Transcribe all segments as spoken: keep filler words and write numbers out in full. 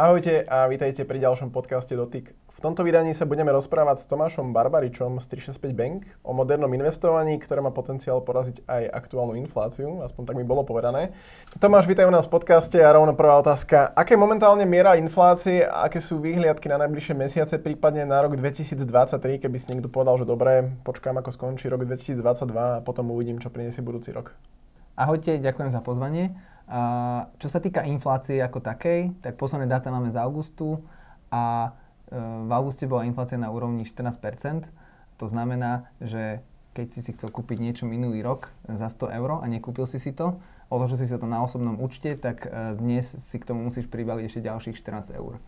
Ahojte a vítajte pri ďalšom podcaste Dotyk. V tomto vydaní sa budeme rozprávať s Tomášom Barbaričom z tri šesť päť Bank o modernom investovaní, ktoré má potenciál poraziť aj aktuálnu infláciu, aspoň tak mi bolo povedané. Tomáš, vítaj u nás v podcaste a rovno prvá otázka. Aké momentálne miera inflácie a aké sú výhliadky na najbližšie mesiace, prípadne na rok dvetisícdvadsaťtri, keby si niekto povedal, že dobre, počkám ako skončí rok dvetisícdvadsaťdva a potom uvidím, čo prinesie budúci rok. Ahojte, ďakujem za pozvanie. A čo sa týka inflácie ako takej, tak posledné dáta máme z augustu a e, v auguste bola inflácia na úrovni štrnásť percent. To znamená, že keď si si chcel kúpiť niečo minulý rok za sto eur a nekúpil si si to, odložil si si to na osobnom účte, tak e, dnes si k tomu musíš pribaliť ešte ďalších štrnásť eur.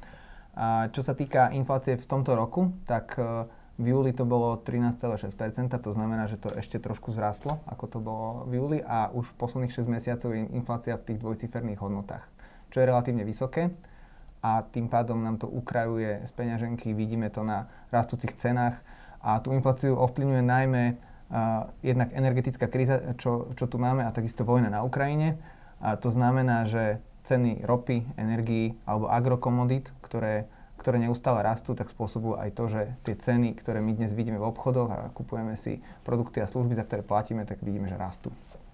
A čo sa týka inflácie v tomto roku, tak e, v júli to bolo trinásť celá šesť percent, to znamená, že to ešte trošku zrastlo, ako to bolo v júli a už v posledných šesť mesiacov je inflácia v tých dvojciferných hodnotách, čo je relatívne vysoké a tým pádom nám to ukrajuje z peňaženky, vidíme to na rastúcich cenách a tú infláciu ovplyvňuje najmä uh, jednak energetická kríza, čo, čo tu máme a takisto vojna na Ukrajine. A to znamená, že ceny ropy, energií alebo agrokomodít, ktoré ktoré neustále rastú, tak spôsobujú aj to, že tie ceny, ktoré my dnes vidíme v obchodoch a kupujeme si produkty a služby, za ktoré platíme, tak vidíme, že rastú.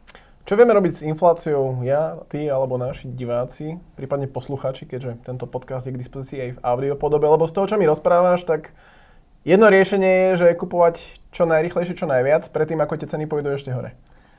Čo vieme robiť s infláciou ja, ty alebo naši diváci, prípadne poslucháči, keďže tento podcast je k dispozícii aj v audiopodobe, lebo z toho, čo mi rozprávaš, tak jedno riešenie je, že kupovať čo najrýchlejšie, čo najviac, predtým ako tie ceny pôjdu ešte hore.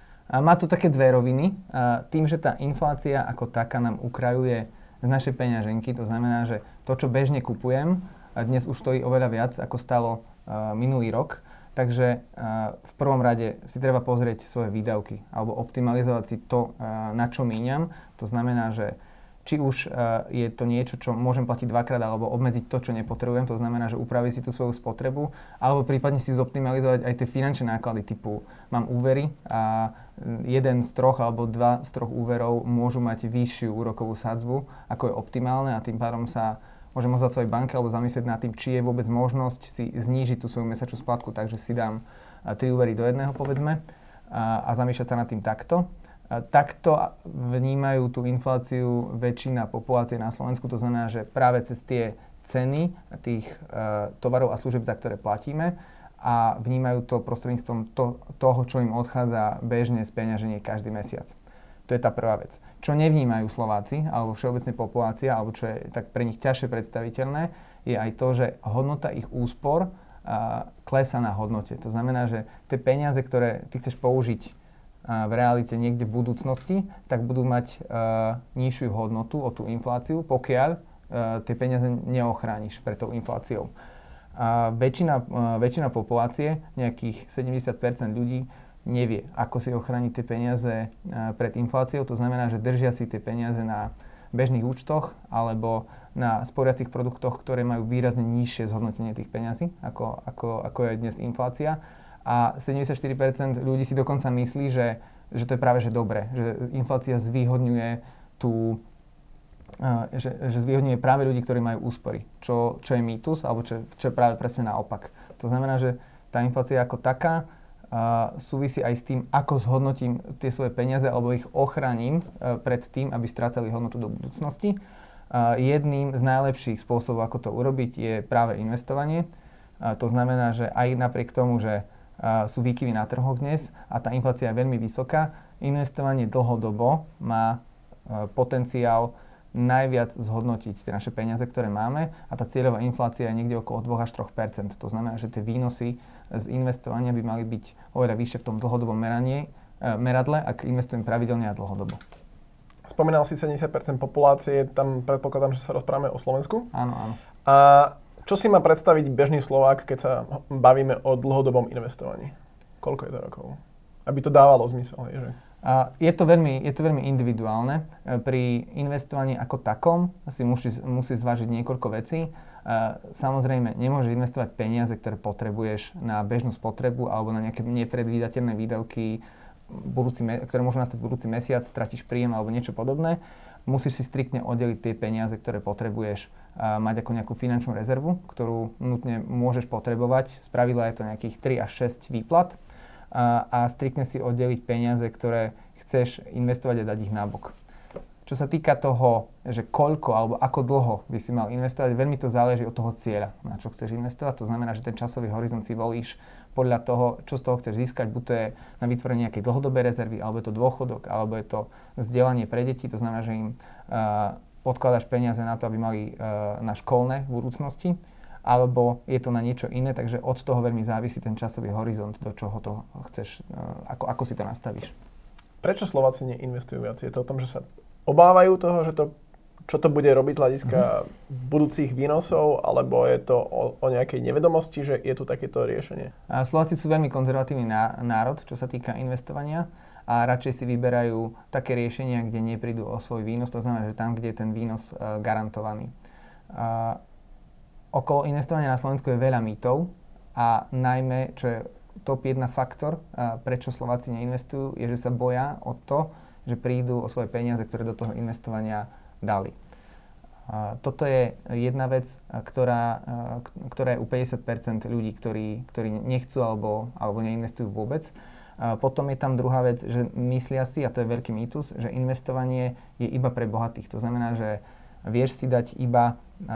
A má to také dve roviny. A tým, že tá inflácia ako taká nám ukrajuje z našej peňaženky, to znamená, že to, čo bežne kupujem, dnes už stojí oveľa viac, ako stalo uh, minulý rok. Takže uh, v prvom rade si treba pozrieť svoje výdavky alebo optimalizovať si to, uh, na čo míňam. To znamená, že či už uh, je to niečo, čo môžem platiť dvakrát alebo obmedziť to, čo nepotrebujem, to znamená, že upraviť si tú svoju spotrebu, alebo prípadne si zoptimalizovať aj tie finančné náklady typu mám úvery a jeden z troch alebo dva z troch úverov môžu mať vyššiu úrokovú sadzbu, ako je optimálne a tým pádom sa môžem ozvať svojej banke alebo zamyslieť nad tým, či je vôbec možnosť si znížiť tú svoju mesačnú splátku, takže si dám tri úvery do jedného, povedzme, a, a zamýšľať sa nad tým takto. Takto vnímajú tú infláciu väčšina populácie na Slovensku, to znamená, že práve cez tie ceny tých uh, tovarov a služieb, za ktoré platíme a vnímajú to prostredníctvom to, toho, čo im odchádza bežne z peňaženie každý mesiac. To je tá prvá vec. Čo nevnímajú Slováci, alebo všeobecne populácia, alebo čo je tak pre nich ťažšie predstaviteľné, je aj to, že hodnota ich úspor uh, klesá na hodnote. To znamená, že tie peniaze, ktoré ty chceš použiť v realite niekde v budúcnosti, tak budú mať uh, nižšiu hodnotu o tú infláciu, pokiaľ uh, tie peniaze neochrániš pred tou infláciou. A väčšina, uh, väčšina populácie, nejakých sedemdesiat percent ľudí, nevie, ako si ochrániť tie peniaze uh, pred infláciou. To znamená, že držia si tie peniaze na bežných účtoch alebo na sporiacich produktoch, ktoré majú výrazne nižšie zhodnotenie tých peňazí, ako, ako, ako je dnes inflácia. A sedemdesiatštyri percent ľudí si dokonca myslí, že, že to je práve že dobre, že inflácia zvýhodňuje tú, uh, že, že zvýhodňuje práve ľudí, ktorí majú úspory, čo, čo je mýtus, alebo čo, čo je práve presne naopak. To znamená, že tá inflácia ako taká uh, súvisí aj s tým, ako zhodnotím tie svoje peniaze alebo ich ochránim uh, pred tým, aby strácali hodnotu do budúcnosti. Uh, jedným z najlepších spôsobov, ako to urobiť, je práve investovanie. Uh, to znamená, že aj napriek tomu, že Uh, sú výkyvy na trhoch dnes a tá inflácia je veľmi vysoká. Investovanie dlhodobo má uh, potenciál najviac zhodnotiť tie naše peniaze, ktoré máme a tá cieľová inflácia je niekde okolo dva až tri percent. To znamená, že tie výnosy z investovania by mali byť oveľa vyššie v tom dlhodobom meranie, uh, meradle, ak investujem pravidelne a dlhodobo. Spomínal si sedemdesiat percent populácie, tam predpokladám, že sa rozprávame o Slovensku. Áno, áno. A čo si má predstaviť bežný Slovák, keď sa bavíme o dlhodobom investovaní? Koľko je to rokov? Aby to dávalo zmysel, je, že? A je to veľmi, je to veľmi individuálne. Pri investovaní ako takom si musí, musí zvážiť niekoľko vecí. Samozrejme, nemôžeš investovať peniaze, ktoré potrebuješ na bežnú spotrebu alebo na nejaké nepredvídateľné výdavky, budúci, ktoré môžu nastať budúci mesiac, stratíš príjem alebo niečo podobné. Musíš si striktne oddeliť tie peniaze, ktoré potrebuješ a mať ako nejakú finančnú rezervu, ktorú nutne môžeš potrebovať. Spravidla je to nejakých tri až šesť výplat a, a striktne si oddeliť peniaze, ktoré chceš investovať a dať ich nabok. čo sa týka toho, že koľko alebo ako dlho by si mal investovať, veľmi to záleží od toho cieľa, na čo chceš investovať. To znamená, že ten časový horizont si volíš podľa toho, čo z toho chceš získať. Buď to je na vytvorenie nejakej dlhodobej rezervy, alebo je to dôchodok, alebo je to vzdelanie pre deti. To znamená, že im uh, odkladáš peniaze na to, aby mali uh, na školné v budúcnosti. Alebo je to na niečo iné, takže od toho veľmi závisí ten časový horizont, do čoho to chceš, ako, ako si to nastavíš. Prečo Slováci neinvestujú viac? Je to o tom, že sa obávajú toho, že to, čo to bude robiť z hľadiska mm-hmm. budúcich výnosov, alebo je to o, o nejakej nevedomosti, že je tu takéto riešenie? A Slováci sú veľmi konzervatívny národ, čo sa týka investovania a radšej si vyberajú také riešenia, kde neprídu o svoj výnos, to znamená, že tam, kde je ten výnos uh, garantovaný. Uh, Okolo investovania na Slovensku je veľa mýtov a najmä, čo je top jeden faktor, prečo Slováci neinvestujú, je, že sa boja o to, že prídu o svoje peniaze, ktoré do toho investovania dali. Toto je jedna vec, ktorá, ktorá je u päťdesiat percent ľudí, ktorí, ktorí nechcú alebo, alebo neinvestujú vôbec. Potom je tam druhá vec, že myslia si, a to je veľký mýtus, že investovanie je iba pre bohatých. To znamená, že vieš si dať iba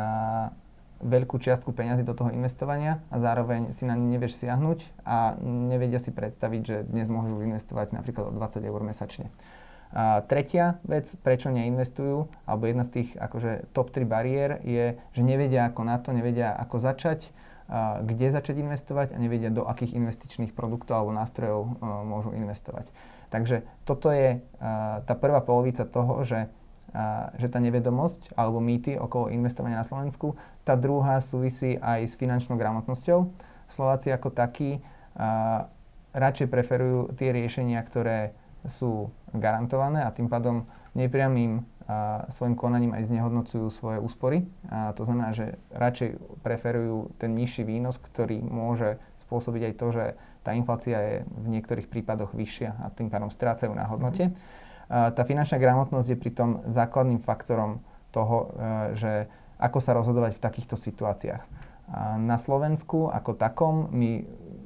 veľkú čiastku peňazí do toho investovania a zároveň si na ne nevieš siahnuť a nevedia si predstaviť, že dnes môžu investovať napríklad o dvadsať eur mesačne. A tretia vec, prečo neinvestujú, alebo jedna z tých akože top tri bariér je, že nevedia ako na to, nevedia ako začať, a kde začať investovať a nevedia do akých investičných produktov alebo nástrojov a, môžu investovať. Takže toto je a, tá prvá polovica toho, že A, že tá nevedomosť alebo mýty okolo investovania na Slovensku. Tá druhá súvisí aj s finančnou gramotnosťou. Slováci ako takí a, radšej preferujú tie riešenia, ktoré sú garantované a tým pádom nepriamým a, svojim konaním aj znehodnocujú svoje úspory. A to znamená, že radšej preferujú ten nižší výnos, ktorý môže spôsobiť aj to, že tá inflácia je v niektorých prípadoch vyššia a tým pádom strácajú na hodnote. Tá finančná gramotnosť je pritom základným faktorom toho, že ako sa rozhodovať v takýchto situáciách. Na Slovensku ako takom my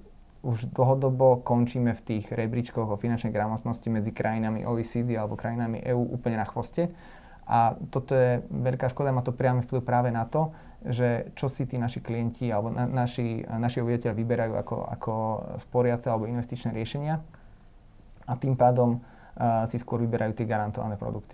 už dlhodobo končíme v tých rebríčkoch o finančnej gramotnosti medzi krajinami ó é cé dé alebo krajinami é ú úplne na chvoste. A toto je veľká škoda, má to priamy vplyv práve na to, že čo si tí naši klienti alebo na, naši, naši obyvateľi vyberajú ako, ako sporiace alebo investičné riešenia. A tým pádom Uh, si skôr vyberajú tie garantované produkty.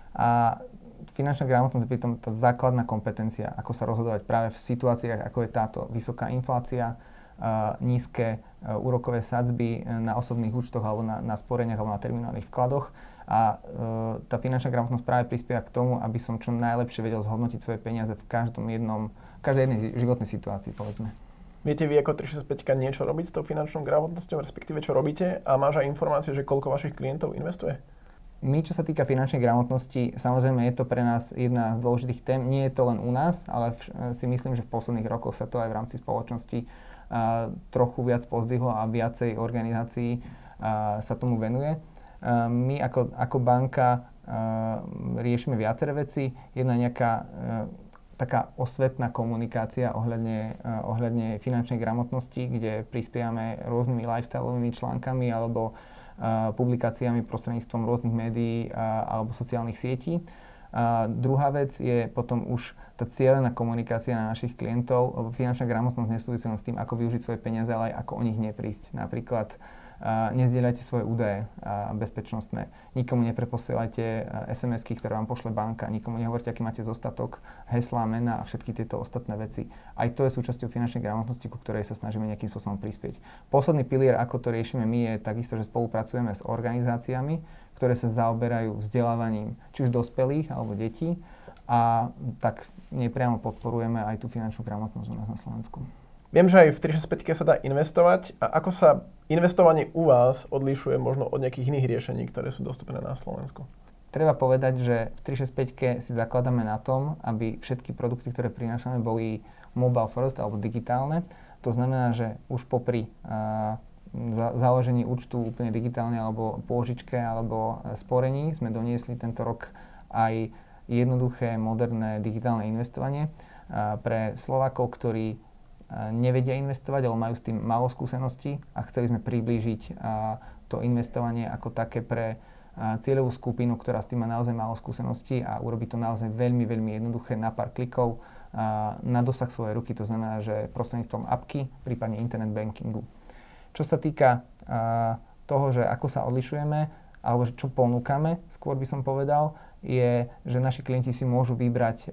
A finančná gramotnosť je pritom tá základná kompetencia, ako sa rozhodovať práve v situáciách, ako je táto vysoká inflácia, uh, nízke uh, úrokové sadzby na osobných účtoch alebo na, na sporeniach alebo na terminálnych vkladoch. A uh, tá finančná gramotnosť práve prispieva k tomu, aby som čo najlepšie vedel zhodnotiť svoje peniaze v každom jednom, v každej jednej životnej situácii, povedzme. Viete vy ako tri šesť päť niečo robiť s tou finančnou gramotnosťou, respektíve čo robíte? A máš aj informácie, že koľko vašich klientov investuje? My, čo sa týka finančnej gramotnosti, samozrejme je to pre nás jedna z dôležitých tém. Nie je to len u nás, ale v, si myslím, že v posledných rokoch sa to aj v rámci spoločnosti a, trochu viac pozdvihlo a viacej organizácií a, sa tomu venuje. A, my ako, ako banka a, riešime viaceré veci. Jedna nejaká a, taká osvetná komunikácia ohľadne, uh, ohľadne finančnej gramotnosti, kde prispievame rôznymi lifestyleovými článkami alebo uh, publikáciami prostredníctvom rôznych médií uh, alebo sociálnych sietí. Uh, druhá vec je potom už tá cielená komunikácia na našich klientov, lebo finančná gramotnosť nesúvisí len s tým, ako využiť svoje peniaze, ale aj ako o nich neprísť. Napríklad Uh, nezdieľajte svoje údaje uh, bezpečnostné. Nikomu nepreposielajte uh, es em esky, ktoré vám pošle banka. Nikomu nehovorte, aký máte zostatok, heslá, mena a všetky tieto ostatné veci. Aj to je súčasťou finančnej gramotnosti, ku ktorej sa snažíme nejakým spôsobom prispieť. Posledný pilier, ako to riešime my, je takisto, že spolupracujeme s organizáciami, ktoré sa zaoberajú vzdelávaním či už dospelých alebo detí a tak nepriamo podporujeme aj tú finančnú gramotnosť u nás na Slovensku. Viem, že aj v tri šesť päť sa dá investovať. A ako sa investovanie u vás odlišuje možno od nejakých iných riešení, ktoré sú dostupné na Slovensku? Treba povedať, že v tri šesť päť si zakladáme na tom, aby všetky produkty, ktoré prinášame, boli mobile first alebo digitálne. To znamená, že už popri uh, za, založení účtu úplne digitálne alebo pôžičke alebo sporení sme doniesli tento rok aj jednoduché, moderné digitálne investovanie uh, pre Slovákov, ktorí nevedia investovať, ale majú s tým málo skúseností a chceli sme priblížiť a, to investovanie ako také pre cieľovú skupinu, ktorá s tým má naozaj málo skúseností a urobí to naozaj veľmi, veľmi jednoduché na pár klikov na dosah svojej ruky, to znamená, že prostredníctvom apky, prípadne internet bankingu. Čo sa týka toho, že ako sa odlišujeme, alebo čo ponúkame, skôr by som povedal, je, že naši klienti si môžu vybrať,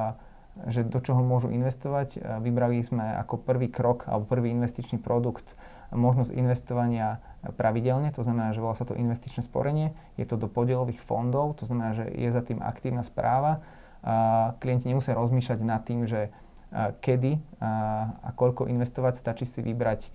že do čoho môžu investovať. Vybrali sme ako prvý krok, alebo prvý investičný produkt možnosť investovania pravidelne, to znamená, že volá sa to investičné sporenie, je to do podielových fondov, to znamená, že je za tým aktívna správa. Klienti nemusia rozmýšľať nad tým, že kedy a koľko investovať, stačí si vybrať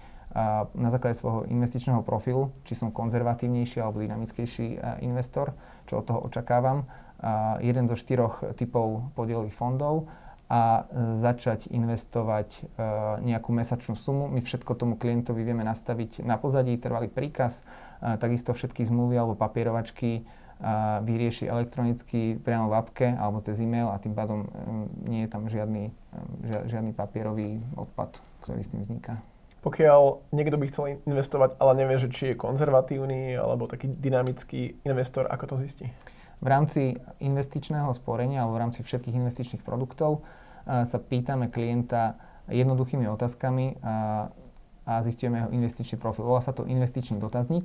na základe svojho investičného profilu, či som konzervatívnejší alebo dynamickejší investor, čo od toho očakávam, jeden zo štyroch typov podielových fondov a začať investovať nejakú mesačnú sumu. My všetko tomu klientovi vieme nastaviť na pozadí, trvalý príkaz, takisto všetky zmluvy alebo papierovačky vyrieši elektronicky priamo v appke alebo cez e-mail a tým pádom nie je tam žiadny, žiadny papierový odpad, ktorý s tým vzniká. Pokiaľ niekto by chcel investovať, ale nevie, že či je konzervatívny alebo taký dynamický investor, ako to zistí? V rámci investičného sporenia alebo v rámci všetkých investičných produktov a, sa pýtame klienta jednoduchými otázkami a, a zistujeme jeho investičný profil. Volá sa to investičný dotazník.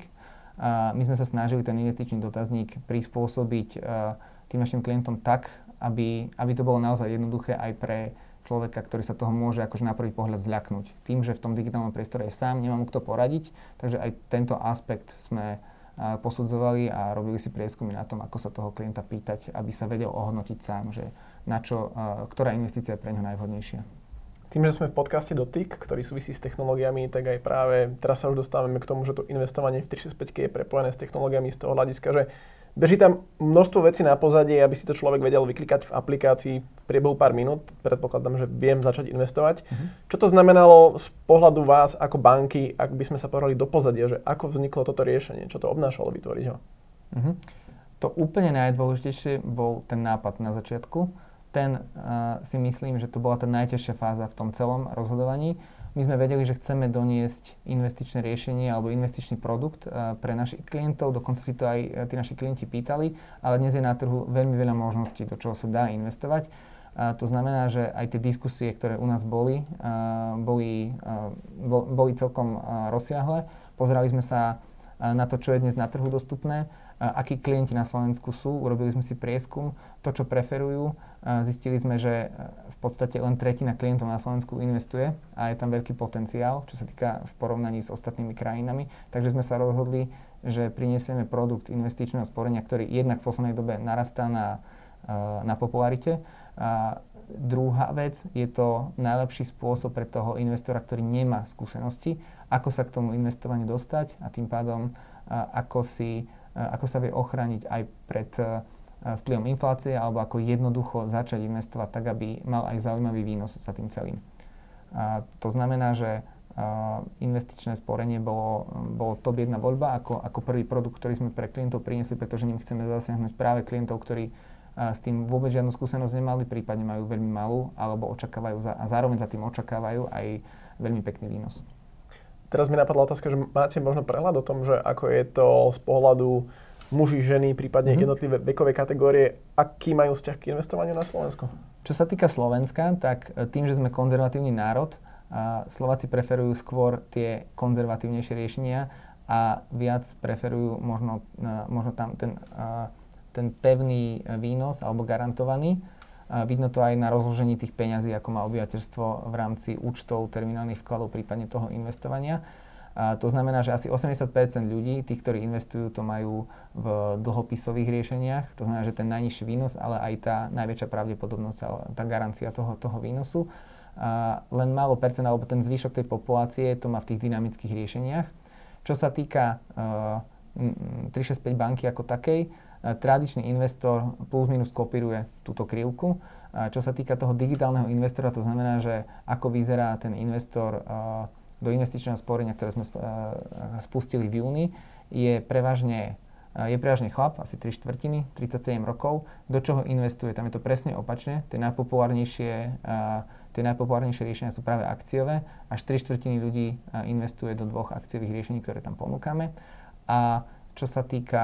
A my sme sa snažili ten investičný dotazník prispôsobiť a, tým našim klientom tak, aby, aby to bolo naozaj jednoduché aj pre človeka, ktorý sa toho môže akože na prvý pohľad zľaknúť. Tým, že v tom digitálnom priestore je sám, nemá mu kto poradiť, takže aj tento aspekt sme posudzovali a robili si prieskumy na tom, ako sa toho klienta pýtať, aby sa vedel ohodnotiť sám, že na čo, ktorá investícia je pre ňo najvhodnejšia. Tým, že sme v podcaste Dotyk, ktorý súvisí s technológiami, tak aj práve teraz sa už dostávame k tomu, že to investovanie v tristošesťdesiatpäť je prepojené s technológiami z toho hľadiska, že beží tam množstvo vecí na pozadí, aby si to človek vedel vyklikať v aplikácii v priebehu pár minút. Predpokladám, že viem začať investovať. Uh-huh. Čo to znamenalo z pohľadu vás ako banky, ak by sme sa pozreli do pozadia, že ako vzniklo toto riešenie, čo to obnášalo vytvoriť ho? Uh-huh. To úplne najdôležitejšie bol ten nápad na začiatku. Ten uh, si myslím, že to bola tá najťažšia fáza v tom celom rozhodovaní. My sme vedeli, že chceme doniesť investičné riešenie alebo investičný produkt uh, pre našich klientov, dokonca si to aj uh, tí naši klienti pýtali, ale dnes je na trhu veľmi veľa možností, do čoho sa dá investovať. Uh, to znamená, že aj tie diskusie, ktoré u nás boli, uh, boli, uh, bo, boli celkom uh, rozsiahle. Pozerali sme sa uh, na to, čo je dnes na trhu dostupné, uh, akí klienti na Slovensku sú, urobili sme si prieskum, to, čo preferujú. Uh, zistili sme, že uh, v podstate len tretina klientov na Slovensku investuje a je tam veľký potenciál, čo sa týka v porovnaní s ostatnými krajinami. Takže sme sa rozhodli, že prinesieme produkt investičného sporenia, ktorý jednak v poslednej dobe narastá na, na popularite. A druhá vec, je to najlepší spôsob pre toho investora, ktorý nemá skúsenosti, ako sa k tomu investovaniu dostať a tým pádom ako, si, ako sa vie ochrániť aj pred vplyvom inflácie, alebo ako jednoducho začať investovať tak, aby mal aj zaujímavý výnos za tým celým. A to znamená, že a, investičné sporenie bolo, bolo top jedna voľba ako, ako prvý produkt, ktorý sme pre klientov priniesli, pretože ním chceme zasiahnuť práve klientov, ktorí a, s tým vôbec žiadnu skúsenosť nemali, prípadne majú veľmi malú, alebo očakávajú za, a zároveň za tým očakávajú aj veľmi pekný výnos. Teraz mi napadla otázka, že máte možno prehľad o tom, že ako je to z pohľadu muži, ženy, prípadne mm-hmm. jednotlivé vekové kategórie, aký majú vzťah k investovaniu na Slovensku? Čo sa týka Slovenska, tak tým, že sme konzervatívny národ, a Slováci preferujú skôr tie konzervatívnejšie riešenia a viac preferujú možno, možno tam ten, ten pevný výnos alebo garantovaný. A vidno to aj na rozložení tých peňazí, ako má obyvateľstvo v rámci účtov, terminálnych vkladov, prípadne toho investovania. A to znamená, že asi osemdesiat percent ľudí, tých, ktorí investujú, to majú v dlhopisových riešeniach. To znamená, že ten najnižší výnos, ale aj tá najväčšia pravdepodobnosť, ale tá garancia toho, toho výnosu. A len málo percent, alebo ten zvyšok tej populácie to má v tých dynamických riešeniach. Čo sa týka uh, tristošesťdesiatpäť banky ako takej, uh, tradičný investor plus minus kopíruje túto krivku. Uh, čo sa týka toho digitálneho investora, to znamená, že ako vyzerá ten investor uh, do investičného sporenia, ktoré sme spustili v júni, je prevažne, je prevažne chlap, asi tri štvrtiny, tridsaťsedem rokov. Do čoho investuje? Tam je to presne opačne. Tie najpopulárnejšie, tie najpopulárnejšie riešenia sú práve akciové. Až tri štvrtiny ľudí investuje do dvoch akciových riešení, ktoré tam ponúkame. A čo sa týka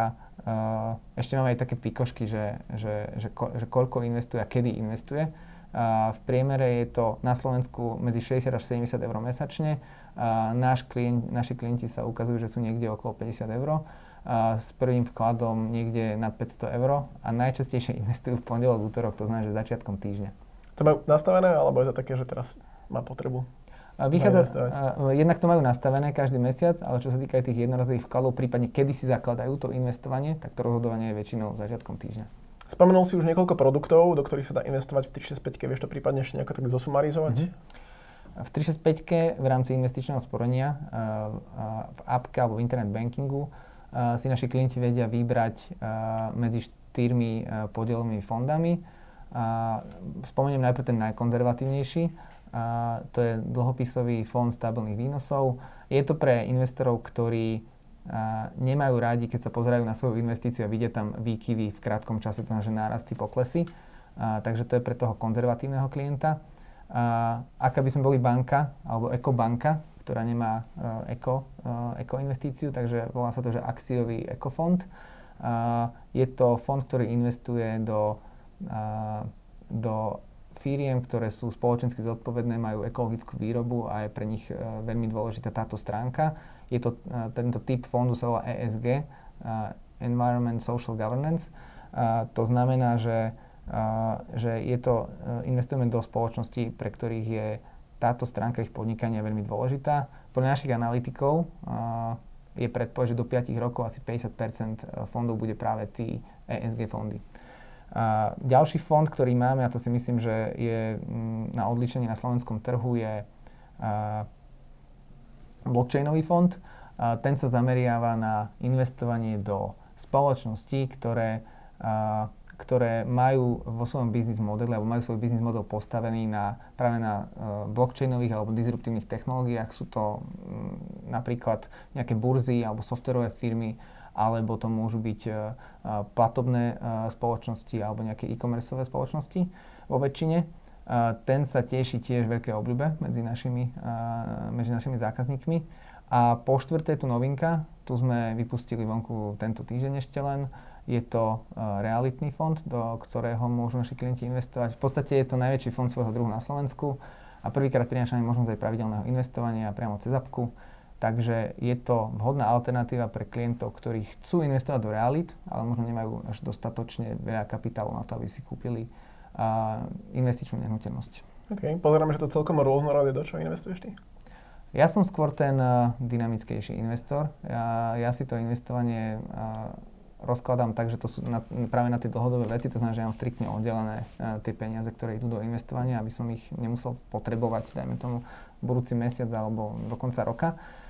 Uh, ešte máme aj také pikošky, že, že, že, ko, že koľko investuje a kedy investuje. Uh, v priemere je to na Slovensku medzi šesťdesiat až sedemdesiat eur mesačne. Uh, náš klient, naši klienti sa ukazujú, že sú niekde okolo päťdesiat eur. Uh, s prvým vkladom niekde nad päťsto eur a najčastejšie investujú v pondelok, útorok, to znamená, že začiatkom týždňa. To majú nastavené, alebo je to také, že teraz má potrebu? Vychádza, uh, jednak to majú nastavené každý mesiac, ale čo sa týka aj tých jednorazových vkladov, prípadne kedy si zakladajú to investovanie, tak to rozhodovanie je väčšinou začiatkom týždňa. Spomenul si už niekoľko produktov, do ktorých sa dá investovať v tri šesť päť. Vieš to prípadne ešte nejako tak zosumarizovať? Mm-hmm. V tri šesť päť v rámci investičného sporenia uh, uh, v appke alebo v internet bankingu uh, si naši klienti vedia vybrať uh, medzi štyrmi uh, podielovými fondami. Uh, spomeniem najprv ten najkonzervatívnejší. Uh, to je dlhopisový fond stabilných výnosov. Je to pre investorov, ktorí uh, nemajú rádi, keď sa pozerajú na svoju investíciu a vidia tam výkyvy v krátkom čase, to znamená, že nárasty, poklesy. Uh, takže to je pre toho konzervatívneho klienta. Uh, ak by sme boli banka alebo ekobanka, ktorá nemá uh, eko, uh, eko investíciu, takže volá sa to, že akciový ekofond. Uh, je to fond, ktorý investuje do, uh, do firiem, ktoré sú spoločensky zodpovedné, majú ekologickú výrobu a je pre nich uh, veľmi dôležitá táto stránka. Je to, uh, tento typ fondu sa volá E S G, uh, Environment Social Governance. Uh, to znamená, že, uh, že je to, uh, investujeme do spoločností, pre ktorých je táto stránka ich podnikania veľmi dôležitá. Podľa našich analytikov uh, je predpoveď, že do päť rokov asi päťdesiat percent fondov bude práve tí E S G fondy. A ďalší fond, ktorý máme, a to si myslím, že je m, na odličení na slovenskom trhu, je a, blockchainový fond. A ten sa zameriava na investovanie do spoločností, ktoré, a, ktoré majú vo svojom biznis modeli, alebo majú svoj biznis model postavený na, práve na a, blockchainových alebo disruptívnych technológiách. Sú to m, napríklad nejaké burzy alebo softwarové firmy, alebo to môžu byť uh, platobné uh, spoločnosti alebo nejaké e-commerceové spoločnosti vo väčšine. Uh, ten sa teší tiež veľké obľúbe medzi našimi, uh, medzi našimi zákazníkmi. A po štvrté tu novinka, tu sme vypustili vonku tento týždeň ešte len, je to uh, realitný fond, do ktorého môžu naši klienti investovať. V podstate je to najväčší fond svojho druhu na Slovensku a prvýkrát prinášame možnosť aj pravidelného investovania priamo cez appku. Takže je to vhodná alternatíva pre klientov, ktorí chcú investovať do realít, ale možno nemajú až dostatočne veľa kapitálu na to, aby si kúpili uh, investičnú nehnuteľnosť. OK, pozeráme, že to celkom rôznorodé. Do čo investuješ ty? Ja som skôr ten uh, dynamickejší investor. Ja, ja si to investovanie uh, rozkladám tak, že to sú na, práve na tie dlhodobé veci, to znamená, že ja mám striktne oddelené uh, tie peniaze, ktoré idú do investovania, aby som ich nemusel potrebovať, dajme tomu, budúci mesiac alebo do konca roka.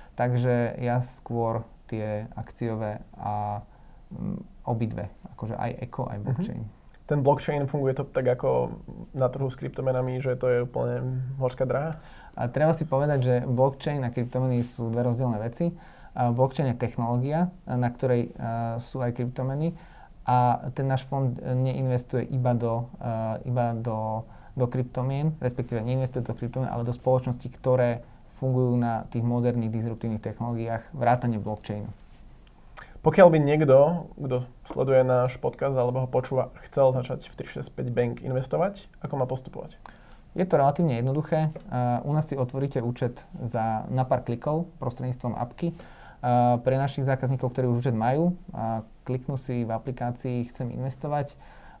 Takže ja skôr tie akciové a m, obidve, akože aj eko, aj blockchain. Uh-huh. Ten blockchain funguje to tak ako na trhu s kryptomenami, že to je úplne horská dráha? A treba si povedať, že blockchain a kryptomeny sú dve rozdielne veci. A blockchain je technológia, na ktorej uh, sú aj kryptomeny a ten náš fond neinvestuje iba do, uh, iba do, do kryptomien, respektíve neinvestuje do kryptomien, ale do spoločností, ktoré fungujú na tých moderných disruptívnych technológiách vrátane blockchainu. Pokiaľ by niekto, kto sleduje náš podcast alebo ho počúva, chcel začať v tri šesť päť Bank investovať, ako má postupovať? Je to relatívne jednoduché. Uh, u nás si otvoríte účet za, na pár klikov prostredníctvom appky. Uh, pre našich zákazníkov, ktorí už účet majú, uh, kliknú si v aplikácii Chcem investovať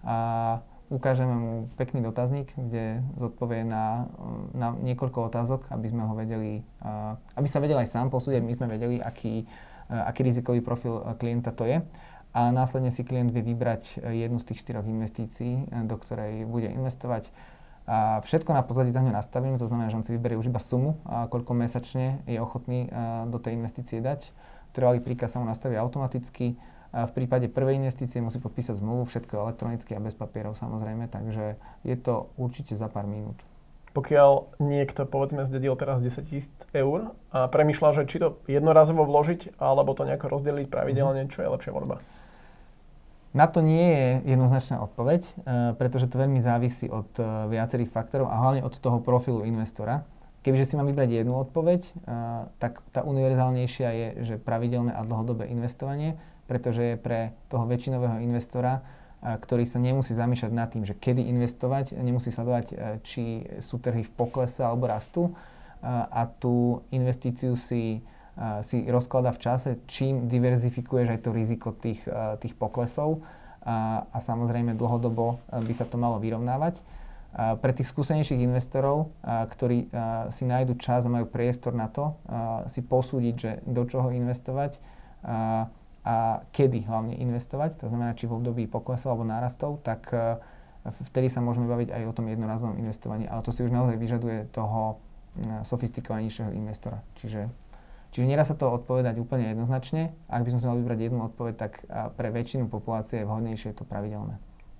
a ukážeme mu pekný dotazník, kde zodpovie na, na niekoľko otázok, aby sme ho vedeli, uh, aby sa vedel aj sám posúdiť, my sme vedeli, aký, uh, aký rizikový profil klienta to je. A následne si klient vie vybrať jednu z tých štyroch investícií, do ktorej bude investovať. A všetko na pozadí za ňo nastavíme, to znamená, že on si vyberie už iba sumu, a koľko mesačne je ochotný uh, do tej investície dať. Trvalý príkaz sa mu nastaví automaticky. A v prípade prvej investície musí podpísať zmluvu, všetko elektronicky a bez papierov samozrejme, takže je to určite za pár minút. Pokiaľ niekto, povedzme, zdedil teraz desaťtisíc eur a premýšľa, že či to jednorazovo vložiť, alebo to nejako rozdeliť pravidelne, čo je lepšia voľba? Na to nie je jednoznačná odpoveď, pretože to veľmi závisí od viacerých faktorov a hlavne od toho profilu investora. Kebyže si mám vybrať jednu odpoveď, tak tá univerzálnejšia je, že pravidelné a dlhodobé investovanie. pretože je pre toho väčšinového investora, ktorý sa nemusí zamýšľať nad tým, že kedy investovať, nemusí sledovať, či sú trhy v poklese alebo rastú a tú investíciu si, si rozkladá v čase, čím diverzifikuješ aj to riziko tých, tých poklesov a, a samozrejme dlhodobo by sa to malo vyrovnávať. Pre tých skúsenejších investorov, ktorí si nájdu čas a majú priestor na to, si posúdiť, že do čoho investovať a, a kedy hlavne investovať, to znamená, či v období poklesov alebo nárastov, tak vtedy sa môžeme baviť aj o tom jednorazovom investovaní, ale to si už naozaj vyžaduje toho sofistikovanejšieho investora. Čiže, čiže nedá sa to odpovedať úplne jednoznačne. Ak by som si mal vybrať jednu odpoveď, tak pre väčšinu populácie je vhodnejšie to pravidelné.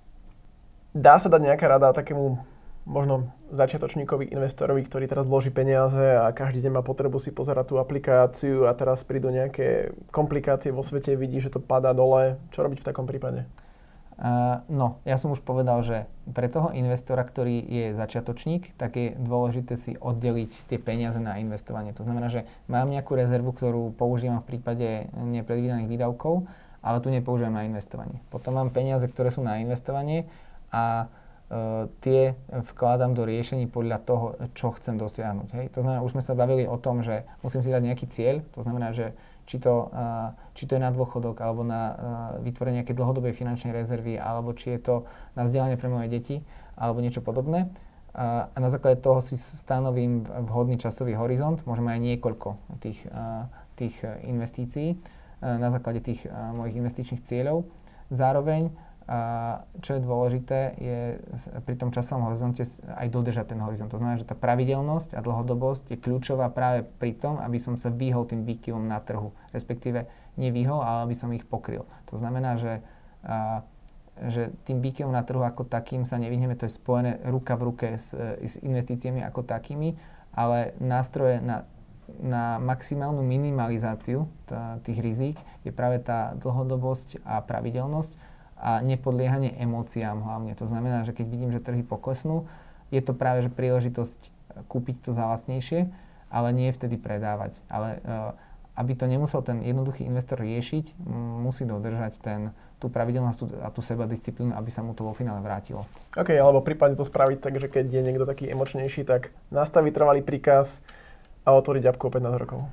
Dá sa dať nejaká rada takému možno začiatočníkovi, investorovi, ktorý teraz vloží peniaze a každý deň má potrebu si pozerať tú aplikáciu a teraz prídu nejaké komplikácie vo svete, vidí, že to padá dole. Čo robiť v takom prípade? Uh, no, ja som už povedal, že pre toho investora, ktorý je začiatočník, tak je dôležité si oddeliť tie peniaze na investovanie. To znamená, že mám nejakú rezervu, ktorú používam v prípade nepredvídaných výdavkov, ale tu nepoužívam na investovanie. Potom mám peniaze, ktoré sú na investovanie a uh, tie vkladám do riešení podľa toho, čo chcem dosiahnuť. Hej? To znamená, už sme sa bavili o tom, že musím si dať nejaký cieľ, to znamená, že či to, uh, či to je na dôchodok, alebo na uh, vytvorenie nejakej dlhodobej finančnej rezervy, alebo či je to na vzdelanie pre moje deti, alebo niečo podobné. Uh, a na základe toho si stanovím vhodný časový horizont, môžeme aj niekoľko tých, uh, tých investícií uh, na základe tých uh, mojich investičných cieľov. Zároveň a čo je dôležité, je pri tom časovom horizonte aj dodržať ten horizont. To znamená, že tá pravidelnosť a dlhodobosť je kľúčová práve pri tom, aby som sa vyhol tým výkyvom na trhu. Respektíve nevyhol, ale aby som ich pokryl. To znamená, že, a, že tým výkyvom na trhu ako takým sa nevyhneme, to je spojené ruka v ruke s, s investíciami ako takými, ale nástroje na, na maximálnu minimalizáciu tá, tých rizík je práve tá dlhodobosť a pravidelnosť a nepodliehanie emóciám hlavne. To znamená, že keď vidím, že trhy poklesnú, je to práve že príležitosť kúpiť to za lacnejšie, ale nie vtedy predávať. Ale uh, aby to nemusel ten jednoduchý investor riešiť, m- musí dodržať ten, tú pravidelnosť a tú sebadisciplínu, aby sa mu to vo finále vrátilo. OK, alebo prípadne to spraviť tak, že keď je niekto taký emočnejší, tak nastaviť trvalý príkaz a otvoriť apku o pätnásť rokov.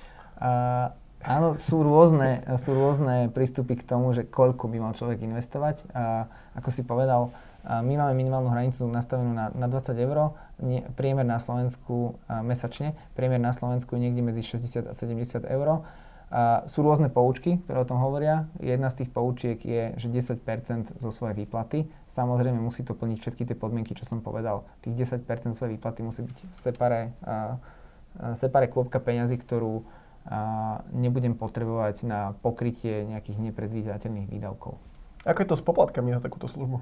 Uh, Áno, sú rôzne, sú rôzne prístupy k tomu, že koľko by mal človek investovať. A ako si povedal, my máme minimálnu hranicu nastavenú na, na dvadsať eur, nie, priemer na Slovensku a mesačne, priemer na Slovensku je niekde medzi šesťdesiat a sedemdesiat eur. A sú rôzne poučky, ktoré o tom hovoria. Jedna z tých poučiek je, že desať percent zo svojej výplaty. Samozrejme musí to plniť všetky tie podmienky, čo som povedal. Tých desať percent svojej výplaty musí byť separé, a, a separé kôpka peňazí, ktorú a nebudem potrebovať na pokrytie nejakých nepredvídateľných výdavkov. Ako je to s poplatkami na takúto službu?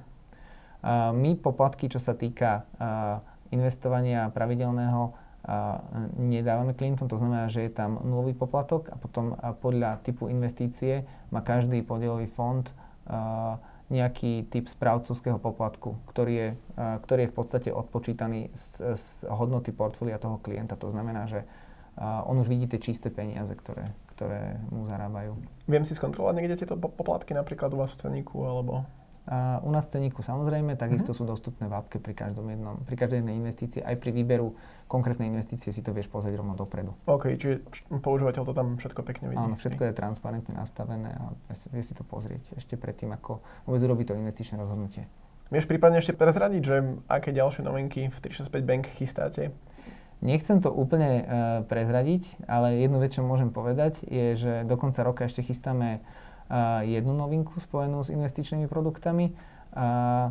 Uh, my poplatky, čo sa týka uh, investovania pravidelného, uh, nedávame klientom. To znamená, že je tam nulový poplatok a potom uh, podľa typu investície má každý podielový fond uh, nejaký typ správcovského poplatku, ktorý je, uh, ktorý je v podstate odpočítaný z, z hodnoty portfólia toho klienta. To znamená, že Uh, on už vidí tie čisté peniaze, ktoré, ktoré mu zarábajú. Viem si skontrolovať niekde tieto poplatky, napríklad u vás v ceníku, alebo? Uh, u nás v ceníku samozrejme, takisto mm-hmm. sú dostupné v appke pri každom jednom, pri každej jednej investícii. Aj pri výberu konkrétnej investície si to vieš pozrieť rovno dopredu. OK, čiže používateľ to tam všetko pekne vidí. Áno, všetko je transparentne nastavené a vie si to pozrieť ešte predtým, ako vôbec urobí to investičné rozhodnutie. Vieš prípadne ešte prezradiť, že aké ďalšie novinky v tri šesť päť Bank chystáte? Nechcem to úplne uh, prezradiť, ale jednu vec, čo môžem povedať, je, že do konca roka ešte chystáme uh, jednu novinku spojenú s investičnými produktami. Uh,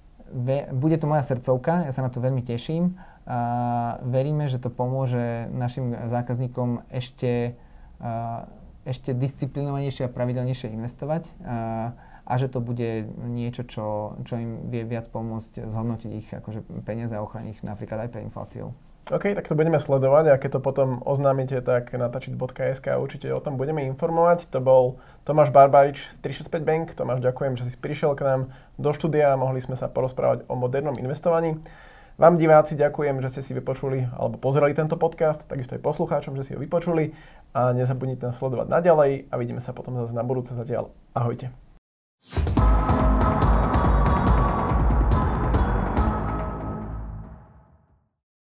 ve, bude to moja srdcovka, ja sa na to veľmi teším. Uh, veríme, že to pomôže našim zákazníkom ešte, uh, ešte disciplinovanejšie a pravidelnejšie investovať uh, a že to bude niečo, čo, čo im vie viac pomôcť zhodnotiť ich akože peniaze a ochrániť ich napríklad aj pre infláciou. OK, tak to budeme sledovať a keď to potom oznámite, tak na touchit bodka es ká určite o tom budeme informovať. To bol Tomáš Barbarič z tri šesť päť Bank. Tomáš, ďakujem, že si prišiel k nám do štúdia a mohli sme sa porozprávať o modernom investovaní. Vám diváci ďakujem, že ste si vypočuli alebo pozreli tento podcast, takisto aj poslucháčom, že si ho vypočuli a nezabudnite nás sledovať naďalej a vidíme sa potom zase na budúce. Zatiaľ ahojte.